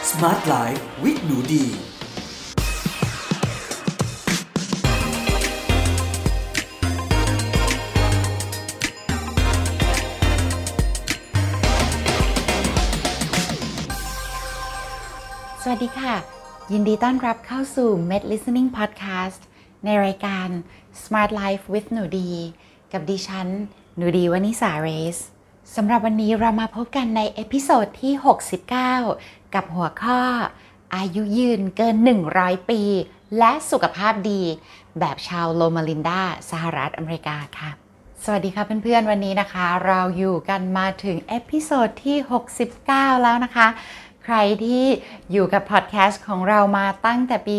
Smart Life with หนูดีสวัสดีค่ะยินดีต้อนรับเข้าสู่ Med Listening Podcast ในรายการ Smart Life with หนูดีกับดิฉันหนูดีวนิสาเรสสำหรับวันนี้เรามาพบกันในเอพิโซดที่69กับหัวข้ออายุยืนเกิน100ปีและสุขภาพดีแบบชาวโลมาลินดาสหรัฐอเมริกาค่ะสวัสดีค่ะเพื่อนๆวันนี้นะคะเราอยู่กันมาถึงเอพิโซดที่69แล้วนะคะใครที่อยู่กับพอดแคสต์ของเรามาตั้งแต่ปี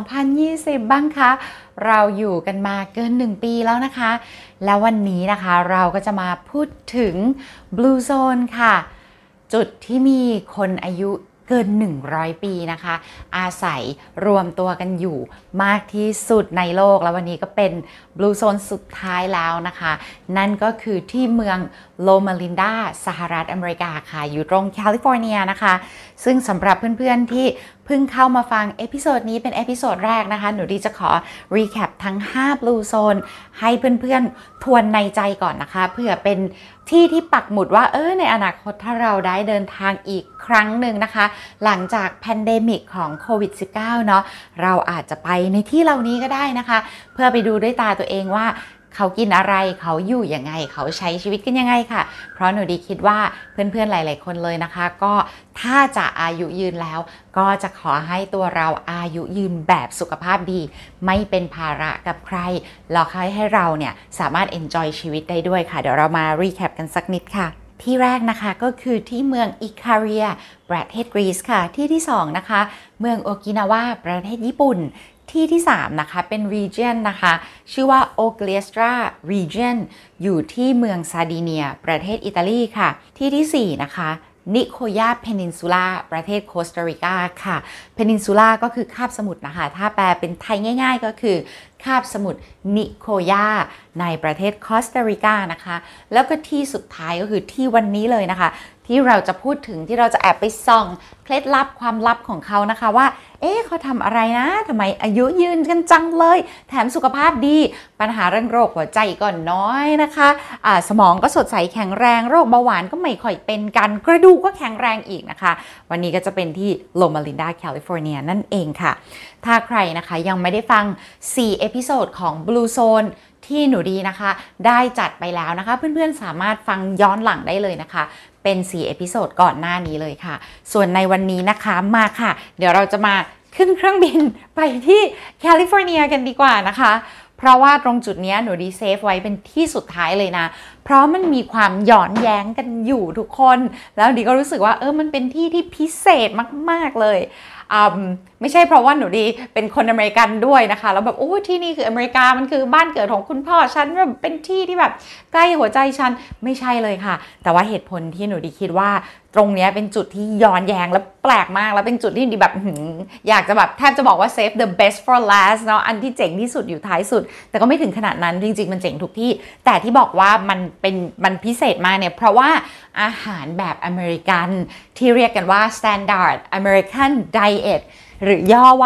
2020บ้างคะเราอยู่กันมาเกิน1ปีแล้วนะคะแล้ววันนี้นะคะเราก็จะมาพูดถึง Blue Zone ค่ะจุดที่มีคนอายุเกิน100ปีนะคะอาศัยรวมตัวกันอยู่มากที่สุดในโลกแล้ววันนี้ก็เป็น Blue Zone สุดท้ายแล้วนะคะนั่นก็คือที่เมืองโลมาลินดาสหรัฐอเมริกาค่ะอยู่ตรงแคลิฟอร์เนียนะคะซึ่งสำหรับเพื่อนๆที่เพิ่งเข้ามาฟังเอพิโซดนี้เป็นเอพิโซดแรกนะคะหนูดีจะขอรีแคปทั้ง5 Blue Zone ให้เพื่อนๆทวนในใจก่อนนะคะเพื่อเป็นที่ปักหมุดว่าในอนาคตถ้าเราได้เดินทางอีกครั้งหนึ่งนะคะหลังจากแพนเดมิกของโควิด -19 เนาะเราอาจจะไปในที่เหล่านี้ก็ได้นะคะเพื่อไปดูด้วยตาตัวเองว่าเขากินอะไรเขาอยู่ยังไงเขาใช้ชีวิตกันยังไงค่ะเพราะหนูดีคิดว่าเพื่อนๆหลายๆคนเลยนะคะก็ถ้าจะอายุยืนแล้วก็จะขอให้ตัวเราอายุยืนแบบสุขภาพดีไม่เป็นภาระกับใครแล้วให้เราเนี่ยสามารถ enjoy ชีวิตได้ด้วยค่ะเดี๋ยวเรามา recap กันสักนิดค่ะที่แรกนะคะก็คือที่เมืองอิคาเรียประเทศกรีซค่ะที่2นะคะเมืองโอกินาวาประเทศญี่ปุ่นที่3นะคะเป็น region นะคะชื่อว่า Ogliastra region อยู่ที่เมืองซาร์ดิเนียประเทศอิตาลีค่ะที่4นะคะนิโคยาเพนินซูล่าประเทศโคสตาริกาค่ะเพนินซูล่าก็คือคาบสมุทรนะคะถ้าแปลเป็นไทยง่ายๆก็คือคาบสมุทรนิโคยาในประเทศโคสตาริกานะคะแล้วก็ที่สุดท้ายก็คือที่วันนี้เลยนะคะที่เราจะพูดถึงที่เราจะแอบไปส่องเคล็ดลับความลับของเขานะคะว่าเขาทำอะไรนะทำไมอายุยืนกันจังเลยแถมสุขภาพดีปัญหาเรื่องโรคหัวใจก็น้อยนะคะสมองก็สดใสแข็งแรงโรคเบาหวานก็ไม่ค่อยเป็นกันกระดูกก็แข็งแรงอีกนะคะวันนี้ก็จะเป็นที่โลมาลินดาแคลิฟอร์เนียนั่นเองค่ะถ้าใครนะคะยังไม่ได้ฟัง4เอพิโซดของ Blue Zone ที่หนูดีนะคะได้จัดไปแล้วนะคะเพื่อนๆสามารถฟังย้อนหลังได้เลยนะคะเป็น4เอพิโซดก่อนหน้านี้เลยค่ะส่วนในวันนี้นะคะมาค่ะเดี๋ยวเราจะมาขึ้นเครื่องบินไปที่แคลิฟอร์เนียกันดีกว่านะคะเพราะว่าตรงจุดนี้หนูดีเซฟไว้เป็นที่สุดท้ายเลยนะเพราะมันมีความหย่อนแย้งกันอยู่ทุกคนแล้วดีก็รู้สึกว่ามันเป็นที่ที่พิเศษมากๆเลยไม่ใช่เพราะว่าหนูดีเป็นคนอเมริกันด้วยนะคะแล้วแบบที่นี่คืออเมริกามันคือบ้านเกิดของคุณพ่อฉันแบบเป็นที่ที่แบบใกล้หัวใจฉันไม่ใช่เลยค่ะแต่ว่าเหตุผลที่หนูดีคิดว่าตรงนี้เป็นจุดที่ย้อนแย้งและแปลกมากแล้วเป็นจุดที่ดีแบบอยากจะแบบแทบจะบอกว่า save the best for last เนาะอันที่เจ๋งที่สุดอยู่ท้ายสุดแต่ก็ไม่ถึงขนาดนั้นจริงๆมันเจ๋งทุกที่แต่ที่บอกว่ามันพิเศษมากเนี่ยเพราะว่าอาหารแบบอเมริกันที่เรียกกันว่า standard American diet หรือย่อว่า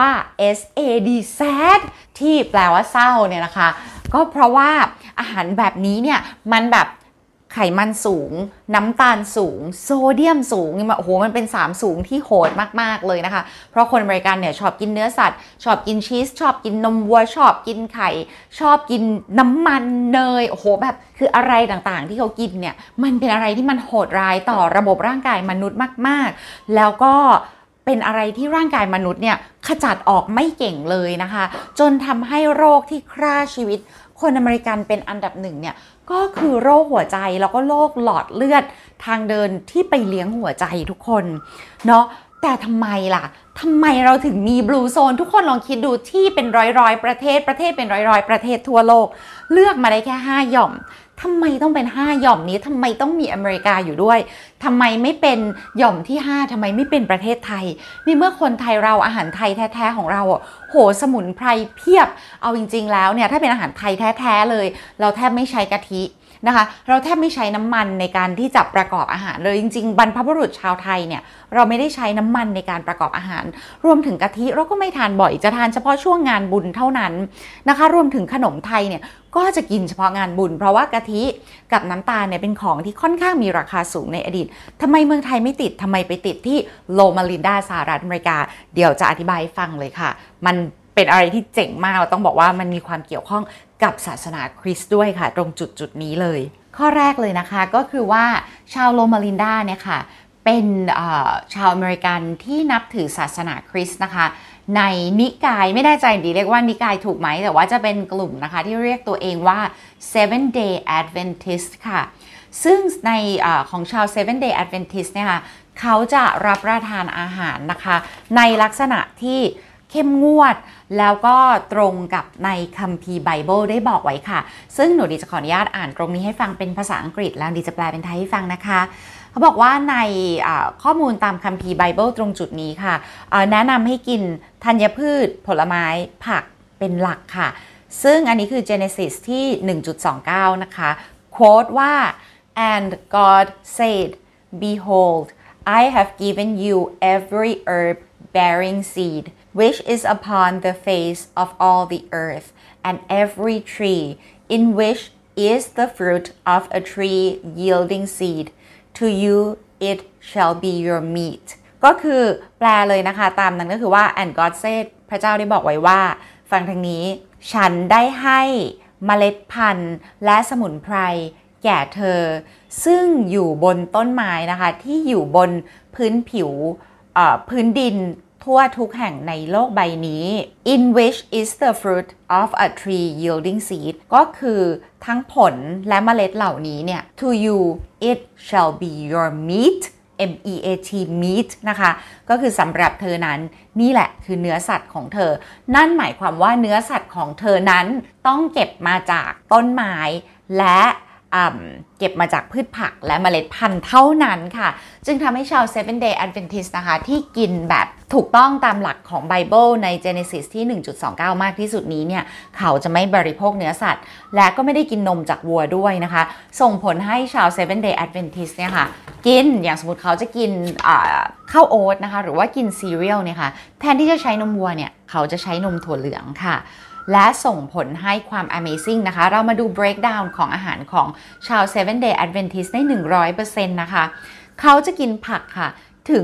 SAD SAD ที่แปลว่าเศร้าเนี่ยนะคะก็เพราะว่าอาหารแบบนี้เนี่ยมันแบบไขมันสูงน้ำตาลสูงโซเดียมสูงมันเป็น3สูงที่โหดมากๆเลยนะคะเพราะคนอเมริกันเนี่ยชอบกินเนื้อสัตว์ชอบกินชีสชอบกินนมวัวชอบกินไข่ชอบกินน้ำมันเนยแบบคืออะไรต่างๆที่เขากินเนี่ยมันเป็นอะไรที่มันโหดร้ายต่อระบบร่างกายมนุษย์มากๆแล้วก็เป็นอะไรที่ร่างกายมนุษย์เนี่ยขจัดออกไม่เก่งเลยนะคะจนทำให้โรคที่ฆ่าชีวิตคนอเมริกันเป็นอันดับหนึ่งเนี่ยก็คือโรคหัวใจแล้วก็โรคหลอดเลือดทางเดินที่ไปเลี้ยงหัวใจทุกคนเนาะแต่ทำไมล่ะทำไมเราถึงมี Blue Zone ทุกคนลองคิดดูที่เป็นร้อยประเทศเป็นร้อยประเทศทั่วโลกเลือกมาได้แค่5หย่อมทำไมต้องเป็น5หย่อมนี้ทำไมต้องมีอเมริกาอยู่ด้วยทำไมไม่เป็นหย่อมที่5ทำไมไม่เป็นประเทศไทยในเมื่อคนไทยเราอาหารไทยแท้ๆของเราสมุนไพรเพียบเอาจริงๆแล้วเนี่ยถ้าเป็นอาหารไทยแท้ๆเลยเราแทบไม่ใช้กะทินะคะเราแทบไม่ใช้น้ำมันในการที่จะประกอบอาหารเลยจริงๆบรรพบุรุษชาวไทยเนี่ยเราไม่ได้ใช้น้ำมันในการประกอบอาหารรวมถึงกะทิเราก็ไม่ทานบ่อยจะทานเฉพาะช่วงงานบุญเท่านั้นนะคะรวมถึงขนมไทยเนี่ยก็จะกินเฉพาะงานบุญเพราะว่ากะทิกับน้ำตาลเนี่ยเป็นของที่ค่อนข้างมีราคาสูงในอดีตทำไมเมืองไทยไม่ติดทำไมไปติดที่โลมาลินดาสหรัฐอเมริกาเดี๋ยวจะอธิบายให้ฟังเลยค่ะมันเป็นอะไรที่เจ๋งมากเราต้องบอกว่ามันมีความเกี่ยวข้องกับศาสนาคริสต์ด้วยค่ะตรงจุดนี้เลยข้อแรกเลยนะคะก็คือว่าชาวโลมาลินดาเนี่ยค่ะเป็นชาวอเมริกันที่นับถือศาสนาคริสต์นะคะในนิกายไม่แน่ใจดีเรียกว่านิกายถูกไหมแต่ว่าจะเป็นกลุ่มนะคะที่เรียกตัวเองว่า Seven Day Adventist ค่ะซึ่งในของชาว Seven Day Adventist เนี่ยค่ะเขาจะรับประทานอาหารนะคะในลักษณะที่เข้มงวดแล้วก็ตรงกับในคัมภีร์ไบเบิลได้บอกไว้ค่ะซึ่งหนูดีจะขออนุญาตอ่านตรงนี้ให้ฟังเป็นภาษาอังกฤษแล้วดีจะแปลเป็นไทยให้ฟังนะคะเขาบอกว่าในข้อมูลตามคัมภีร์ไบเบิลตรงจุดนี้ค่ะแนะนำให้กินธัญพืชผลไม้ผักเป็นหลักค่ะซึ่งอันนี้คือ Genesis ที่ 1.29 นะคะโค้ดว่า and God said behold I have given you every herb bearing seed which is upon the face of all the earth and every tree in which is the fruit of a tree yielding seed to you it shall be your meat ก็คือแปลเลยนะคะตามนั้นก็คือว่า and God said พระเจ้าได้บอกไว้ว่าฟังทางนี้ฉันได้ให้เมล็ดพันธุ์และสมุนไพรแก่เธอซึ่งอยู่บนต้นไม้นะคะที่อยู่บนพื้นผิวพื้นดินทั่วทุกแห่งในโลกใบนี้ in which is the fruit of a tree yielding seed ก็คือทั้งผลและเมล็ดเหล่านี้เนี่ย to you it shall be your meat meat meat นะคะก็คือสำหรับเธอนั้นนี่แหละคือเนื้อสัตว์ของเธอนั่นหมายความว่าเนื้อสัตว์ของเธอนั้นต้องเก็บมาจากต้นไม้และเก็บมาจากพืชผักและเมล็ดพันธุ์เท่านั้นค่ะจึงทำให้ชาว Seven Day Adventist นะคะที่กินแบบถูกต้องตามหลักของไบเบิลใน Genesis ที่ 1.29 มากที่สุดนี้เนี่ยเขาจะไม่บริโภคเนื้อสัตว์และก็ไม่ได้กินนมจากวัวด้วยนะคะส่งผลให้ชาว Seven Day Adventist เนี่ยค่ะกินอย่างสมมติเขาจะกินข้าวโอ๊ตนะคะหรือว่ากินซีเรียลเนี่ยค่ะแทนที่จะใช้นมวัวเนี่ยเขาจะใช้นมถั่วเหลืองค่ะและส่งผลให้ความ Amazing นะคะเรามาดู breakdown ของอาหารของชาว Seven Day Adventist ได้ 100% นะคะเขาจะกินผักค่ะถึง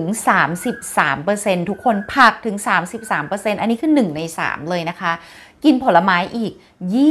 33% ทุกคนผักถึง 33% อันนี้คือ1ใน3เลยนะคะกินผลไม้อีก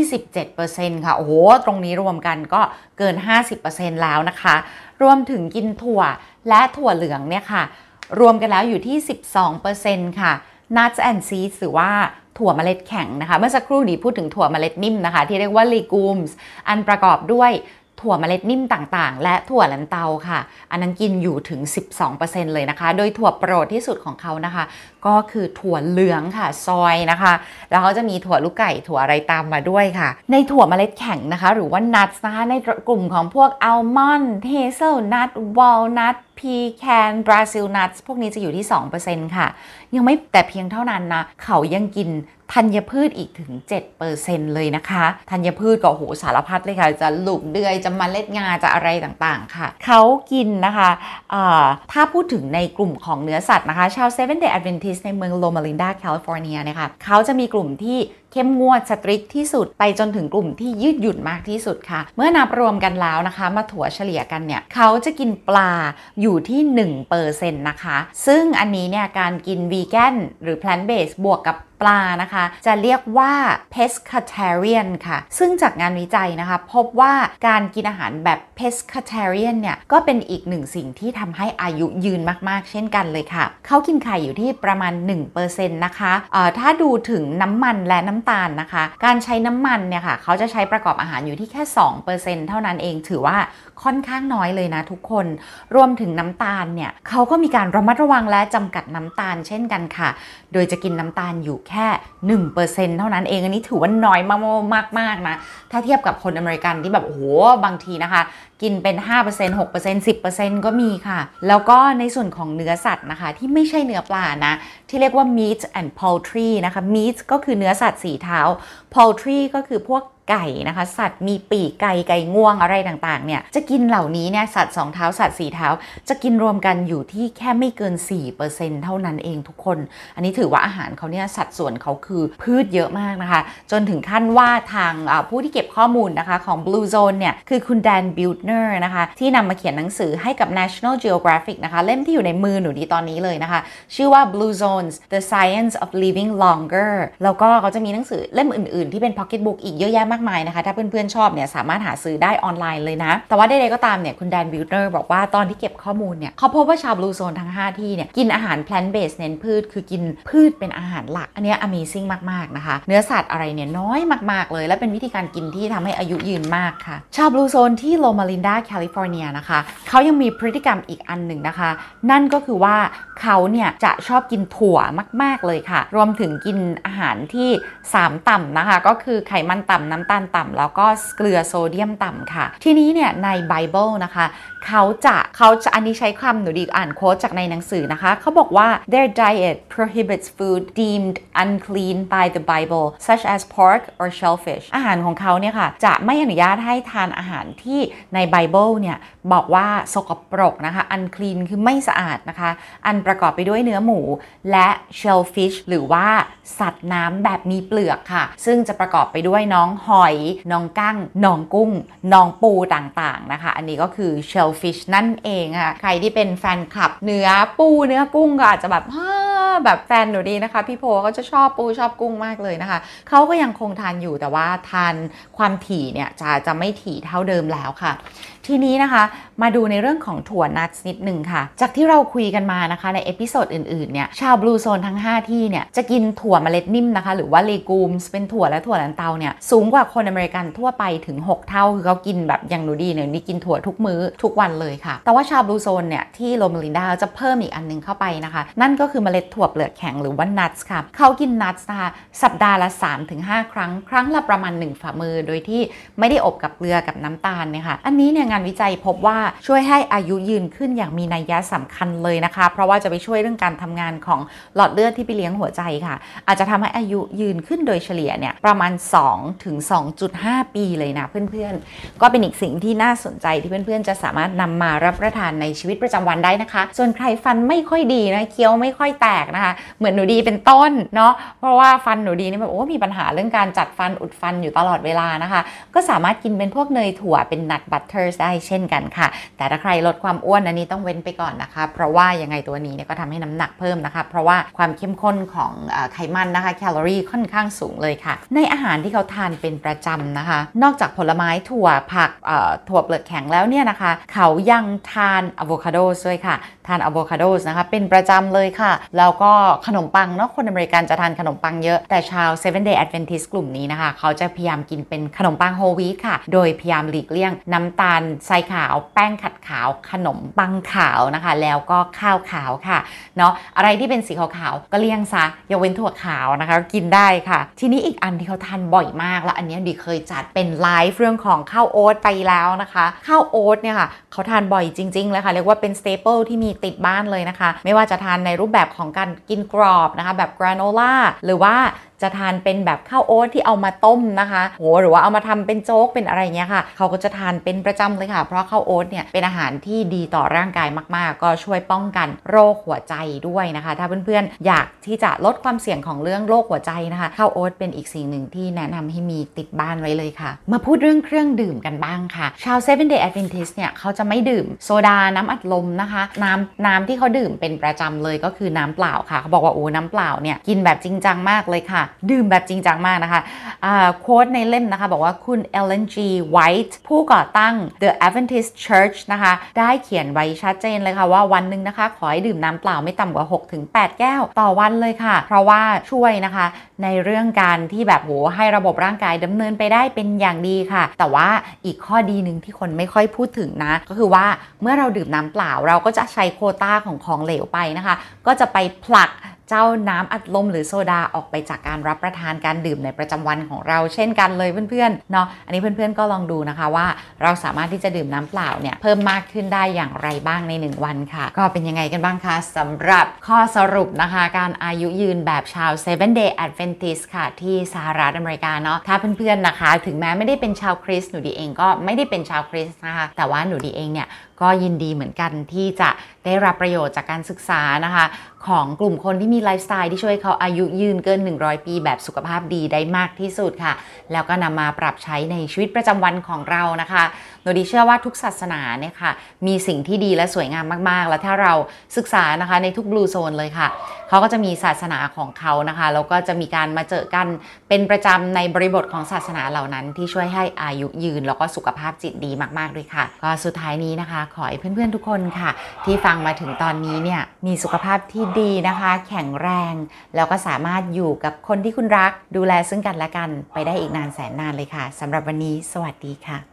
27% ค่ะโอ้โหตรงนี้รวมกันก็เกิน 50% แล้วนะคะรวมถึงกินถั่วและถั่วเหลืองเนี่ยค่ะรวมกันแล้วอยู่ที่ 12% ค่ะ nuts and seeds หรือว่าถั่วเมล็ดแข็งนะคะเมื่อสักครู่นี้พูดถึงถั่วเมล็ดนิ่มนะคะที่เรียกว่า legumes อันประกอบด้วยถั่วเมล็ดนิ่มต่างๆและถั่วลันเตาค่ะอันนั้นกินอยู่ถึง 12% เลยนะคะโดยถั่วโปรดที่สุดของเขานะคะก็คือถั่วเหลืองค่ะซอยนะคะแล้วเขาจะมีถั่วลูกไก่ถั่วอะไรตามมาด้วยค่ะในถั่วเมล็ดแข็งนะคะหรือว่า nuts นะคะในกลุ่มของพวกอัลมอนด์เฮเซลนัทวอลนัทพีแคนบราซิลนัทพวกนี้จะอยู่ที่ 2% ค่ะยังไม่แต่เพียงเท่านั้นนะเขายังกินธัญพืชอีกถึง 7% เลยนะคะธัญพืชก็โอ้โหสารพัดเลยค่ะจะลูกเดือยจะเมล็ดงาจะอะไรต่างๆค่ะเขากินนะคะถ้าพูดถึงในกลุ่มของเนื้อสัตว์นะคะชาว Seven Day Adventist ในเมืองโลมาลินดาแคลิฟอร์เนียนะคะเขาจะมีกลุ่มที่เข้มงวดสตริกที่สุดไปจนถึงกลุ่มที่ยืดหยุ่นมากที่สุดค่ะเมื่อนับรวมกันแล้วนะคะมาถั่วเฉลี่ยกันเนี่ยเขาจะกินปลาอยู่ที่ 1% นะคะซึ่งอันนี้เนี่ยการกินวีแกนหรือ plant based บวกกับปลานะคะจะเรียกว่า pescatarian ค่ะซึ่งจากงานวิจัยนะคะพบว่าการกินอาหารแบบ pescatarian เนี่ยก็เป็นอีกหนึ่งสิ่งที่ทำให้อายุยืนมากๆเช่นกันเลยค่ะเขากินไข่อยู่ที่ประมาณ 1% นะคะถ้าดูถึงน้ำมันและน้ำตาลนะคะการใช้น้ำมันเนี่ยค่ะเขาจะใช้ประกอบอาหารอยู่ที่แค่ 2% เท่านั้นเองถือว่าค่อนข้างน้อยเลยนะทุกคนรวมถึงน้ำตาลเนี่ยเขาก็มีการระมัดระวังและจำกัดน้ำตาลเช่นกันค่ะโดยจะกินน้ำตาลอยู่แค่ 1% เท่านั้นเองอันนี้ถือว่าน้อยมากๆนะถ้าเทียบกับคนอเมริกันที่แบบโอ้โหบางทีนะคะกินเป็น 5% 6% 10% ก็มีค่ะแล้วก็ในส่วนของเนื้อสัตว์นะคะที่ไม่ใช่เนื้อปลานะที่เรียกว่า meat and poultry นะคะ meat ก็คือเนื้อสัตว์4 เท้า poultry ก็คือพวกไก่นะคะสัตว์มีปีกไก่งวงอะไรต่างๆเนี่ยจะกินเหล่านี้เนี่ยสัตว์2เท้าสัตว์4เท้าจะกินรวมกันอยู่ที่แค่ไม่เกิน 4% เท่านั้นเองทุกคนอันนี้ถือว่าอาหารเขาเนี่ยสัดส่วนเขาคือพืชเยอะมากนะคะจนถึงขั้นว่าทางผู้ที่เก็บข้อมูลนะคะของ Blue Zone เนี่ยคือคุณแดนบิลเนอร์นะคะที่นำมาเขียนหนังสือให้กับ National Geographic นะคะเล่มที่อยู่ในมือหนูดีตอนนี้เลยนะคะชื่อว่า Blue Zones The Science of Living Longer แล้วก็เขาจะมีหนังสือเล่มอื่นๆที่เป็น Pocket Book อีกเยอะแยะมากมายนะคะถ้าเพื่อนๆชอบเนี่ยสามารถหาซื้อได้ออนไลน์เลยนะแต่ว่าใดๆก็ตามเนี่ยคุณแดนบิลเนอร์บอกว่าตอนที่เก็บข้อมูลเนี่ยเขาพบว่าชาว Blue Zone ทั้ง5ที่เนี่ยกินอาหาร plant based เน้นพืชคือกินพืชเป็นอาหารหลักอันนี้ Amazing มากๆนะคะเนื้อสัตว์อะไรเนี่ยน้อยมากๆเลยและเป็นวิธีการกินที่ทำให้อายุยืนมากค่ะชาว Blue Zone ที่โลมาลินดาแคลิฟอร์เนียนะคะเขายังมีพฤติกรรมอีกอันหนึ่งนะคะนั่นก็คือว่าเขาเนี่ยจะชอบกินถั่วมากๆเลยค่ะรวมถึงกินอาหารที่3ต่ำนะคะก็คือไขมันต่ำน้ำตาลต่ำแล้วก็เกลือโซเดียมต่ำค่ะทีนี้เนี่ยในไบเบิลนะคะเขาจะอันนี้ใช้คำหนูดีอ่านโค้ดจากในหนังสือนะคะเขาบอกว่า their diet prohibits food deemed unclean by the Bible such as pork or shellfish อาหารของเขาเนี่ยค่ะจะไม่อนุญาตให้ทานอาหารที่ในไบเบิลเนี่ยบอกว่าสกปรกนะคะ unclean คือไม่สะอาดนะคะอันประกอบไปด้วยเนื้อหมูและ shellfish หรือว่าสัตว์น้ำแบบมีเปลือกค่ะซึ่งจะประกอบไปด้วยน้องหอยน้องกั้งน้องกุ้งน้องปูต่างๆนะคะอันนี้ก็คือ shellfish นั่นเองค่ะใครที่เป็นแฟนคลับเนื้อปูเนื้อกุ้งก็อาจจะแบบแฟนหนูดีนะคะพี่โพก็จะชอบปูชอบกุ้งมากเลยนะคะเขาก็ยังคงทานอยู่แต่ว่าทานความถี่เนี่ยจะไม่ถี่เท่าเดิมแล้วค่ะทีนี้นะคะมาดูในเรื่องของถั่วนัทนิดหนึ่งค่ะจากที่เราคุยกันมานะคะในเอพิโซดอื่นๆเนี่ยชาวบลูโซนทั้ง5ที่เนี่ยจะกินถั่วเมล็ดนิ่มนะคะหรือว่าเลกูมส์เป็นถั่วและถั่วลันเตาเนี่ยสูงกว่าคนอเมริกันทั่วไปถึง6เท่าคือเขากินแบบอย่างหนูดีเนี่ยนี่กินถั่วทุกมื้อทุกวันเลยค่ะแต่ว่าชาวบลูโซนเนี่ยที่โรมาลินดาจะเพิ่มอีกอันนึงเข้าไปนะคะนั่นก็คือเมล็ดถั่วเปลือกแข็งหรือว่านัทส์ค่ะเขากินนัทส์นะคะสัปดาห์ละ 3-5 ครั้งละประมาณ1ฝ่ามือโดยที่ไม่ได้อบกับเกลือกับน้ำตาลเนี่ยค่ะอันนี้เนี่ยงานวิจัยพบว่าช่วยให้อายุยืนขึ้นอย่างมีนัยสำคัญเลยนะคะเพราะว่าจะไปช่วยเรื่องการทำงานของหลอดเลือดที่ไปเลี้ยงหัวใจค่ะอาจจะทำให้อายุยืนขึ้นโดยเฉลี่ยเนี่ยประมาณ 2-2.5 ปีเลยนะเพื่อนๆก็เป็นอีกสิ่งที่น่าสนใจที่เพื่อนๆจะสามารถนำมารับประทานในชีวิตประจำวันได้นะคะส่วนใครฟันไม่ค่อยดีนะเคี้ยวไม่ค่อยแตกนะคะเหมือนหนูดีเป็นต้นเนาะเพราะว่าฟันหนูดีนี่แบบมีปัญหาเรื่องการจัดฟันอุดฟันอยู่ตลอดเวลานะคะก็สามารถกินเป็นพวกเนยถั่วเป็นนัทบัตเตอร์ได้เช่นกันค่ะแต่ถ้าใครลดความอ้วนอันนี้ต้องเว้นไปก่อนนะคะเพราะว่ายังไงตัวนี้เนี่ยก็ทำให้น้ำหนักเพิ่มนะคะเพราะว่าความเข้มข้นของไขมันนะคะแคลอรี่ค่อนข้างสูงเลยค่ะในอาหารที่เขาทานเป็นประจำนะคะนอกจากผลไม้ถั่วผักถั่วเปลือกแข็งแล้วเนี่ยนะคะเขายังทานอะโวคาโดด้วยค่ะทานอะโวคาโดนะคะเป็นประจำเลยค่ะแล้วก็ขนมปังเนาะคนอเมริกันจะทานขนมปังเยอะแต่ชาว Seven Day Adventist กลุ่มนี้นะคะเขาจะพยายามกินเป็นขนมปังโฮลวีทค่ะโดยพยายามหลีกเลี่ยงน้ำตาลทรายขาวแป้งขัดขาวขนมปังขาวนะคะแล้วก็ข้าวขาวค่ะเนาะอะไรที่เป็นสีขาวๆก็เลี่ยงซะยกเว้นถั่วขาวนะคะกินได้ค่ะทีนี้อีกอันที่เขาทานบ่อยมากและอันนี้ดิเคยจัดเป็นไลฟ์เรื่องของข้าวโอ๊ตไปแล้วนะคะข้าวโอ๊ตเนี่ยค่ะเขาทานบ่อยจริงๆเลยค่ะเรียกว่าเป็นสเตเปิลที่มีติดบ้านเลยนะคะไม่ว่าจะทานในรูปแบบของการกินกรอบนะคะแบบกราโนล่าหรือว่าจะทานเป็นแบบข้าวโอ๊ตที่เอามาต้มนะคะหรือว่าเอามาทำเป็นโจ๊กเป็นอะไรเงี้ยค่ะเขาก็จะทานเป็นประจำเลยค่ะเพราะข้าวโอ๊ตเนี่ยเป็นอาหารที่ดีต่อร่างกายมากๆก็ช่วยป้องกันโรคหัวใจด้วยนะคะถ้าเพื่อนๆอยากที่จะลดความเสี่ยงของเรื่องโรคหัวใจนะคะข้าวโอ๊ตเป็นอีกสิ่งหนึ่งที่แนะนำให้มีติดบ้านไว้เลยค่ะมาพูดเรื่องเครื่องดื่มกันบ้างค่ะชาว Seven Day Adventist เนี่ยเขาจะไม่ดื่มโซดาน้ำอัดลมนะคะน้ำที่เขาดื่มเป็นประจำเลยก็คือน้ำเปล่าค่ะเขาบอกว่าน้ำเปล่าเนี่ยกินแบบจริงจังมากเลยค่ะดื่มแบบจริงจังมากนะคะโค้ดในเล่มนะคะบอกว่าคุณ Ellen G. White ผู้ก่อตั้ง The Adventist Church นะคะได้เขียนไว้ชัดเจนเลยค่ะว่าวันหนึ่งนะคะขอให้ดื่มน้ำเปล่าไม่ต่ำกว่า 6-8 แก้วต่อวันเลยค่ะเพราะว่าช่วยนะคะในเรื่องการที่แบบให้ระบบร่างกายดำเนินไปได้เป็นอย่างดีค่ะแต่ว่าอีกข้อดีหนึ่งที่คนไม่ค่อยพูดถึงนะก็คือว่าเมื่อเราดื่มน้ำเปล่าเราก็จะใช้โควต้าของเหลวไปนะคะก็จะไปผลักเจ้าน้ำอัดลมหรือโซดาออกไปจากการรับประทานการดื่มในประจำวันของเราเช่นกันเลยเพื่อนๆเนาะอันนี้เพื่อนๆก็ลองดูนะคะว่าเราสามารถที่จะดื่มน้ำเปล่าเนี่ยเพิ่มมากขึ้นได้อย่างไรบ้างใน1วันค่ะก็เป็นยังไงกันบ้างคะสำหรับข้อสรุปนะคะการอายุยืนแบบชาว 7 Day Adventist ค่ะที่สหรัฐอเมริกาเนาะถ้าเพื่อนๆนะคะถึงแม้ไม่ได้เป็นชาวคริสต์หนูดีเองก็ไม่ได้เป็นชาวคริสต์นะคะแต่ว่าหนูดีเองเนี่ยก็ยินดีเหมือนกันที่จะได้รับประโยชน์จากการศึกษานะคะของกลุ่มคนที่มีไลฟ์สไตล์ที่ช่วยเขาอายุยืนเกิน100ปีแบบสุขภาพดีได้มากที่สุดค่ะแล้วก็นำมาปรับใช้ในชีวิตประจำวันของเรานะคะโดยดีเชื่อว่าทุกศาสนาเนี่ยค่ะมีสิ่งที่ดีและสวยงามมากๆแล้วถ้าเราศึกษานะคะในทุกบลูโซนเลยค่ะเขาก็จะมีศาสนาของเขานะคะแล้วก็จะมีการมาเจอกันเป็นประจำในบริบทของศาสนาเหล่านั้นที่ช่วยให้อายุยืนแล้วก็สุขภาพจิตดีมากๆด้วยค่ะก็สุดท้ายนี้นะคะขอให้เพื่อนๆทุกคนค่ะที่ฟังมาถึงตอนนี้เนี่ยมีสุขภาพที่ดีนะคะแข็งแรงแล้วก็สามารถอยู่กับคนที่คุณรักดูแลซึ่งกันและกันไปได้อีกนานแสนนานเลยค่ะสำหรับวันนี้สวัสดีค่ะ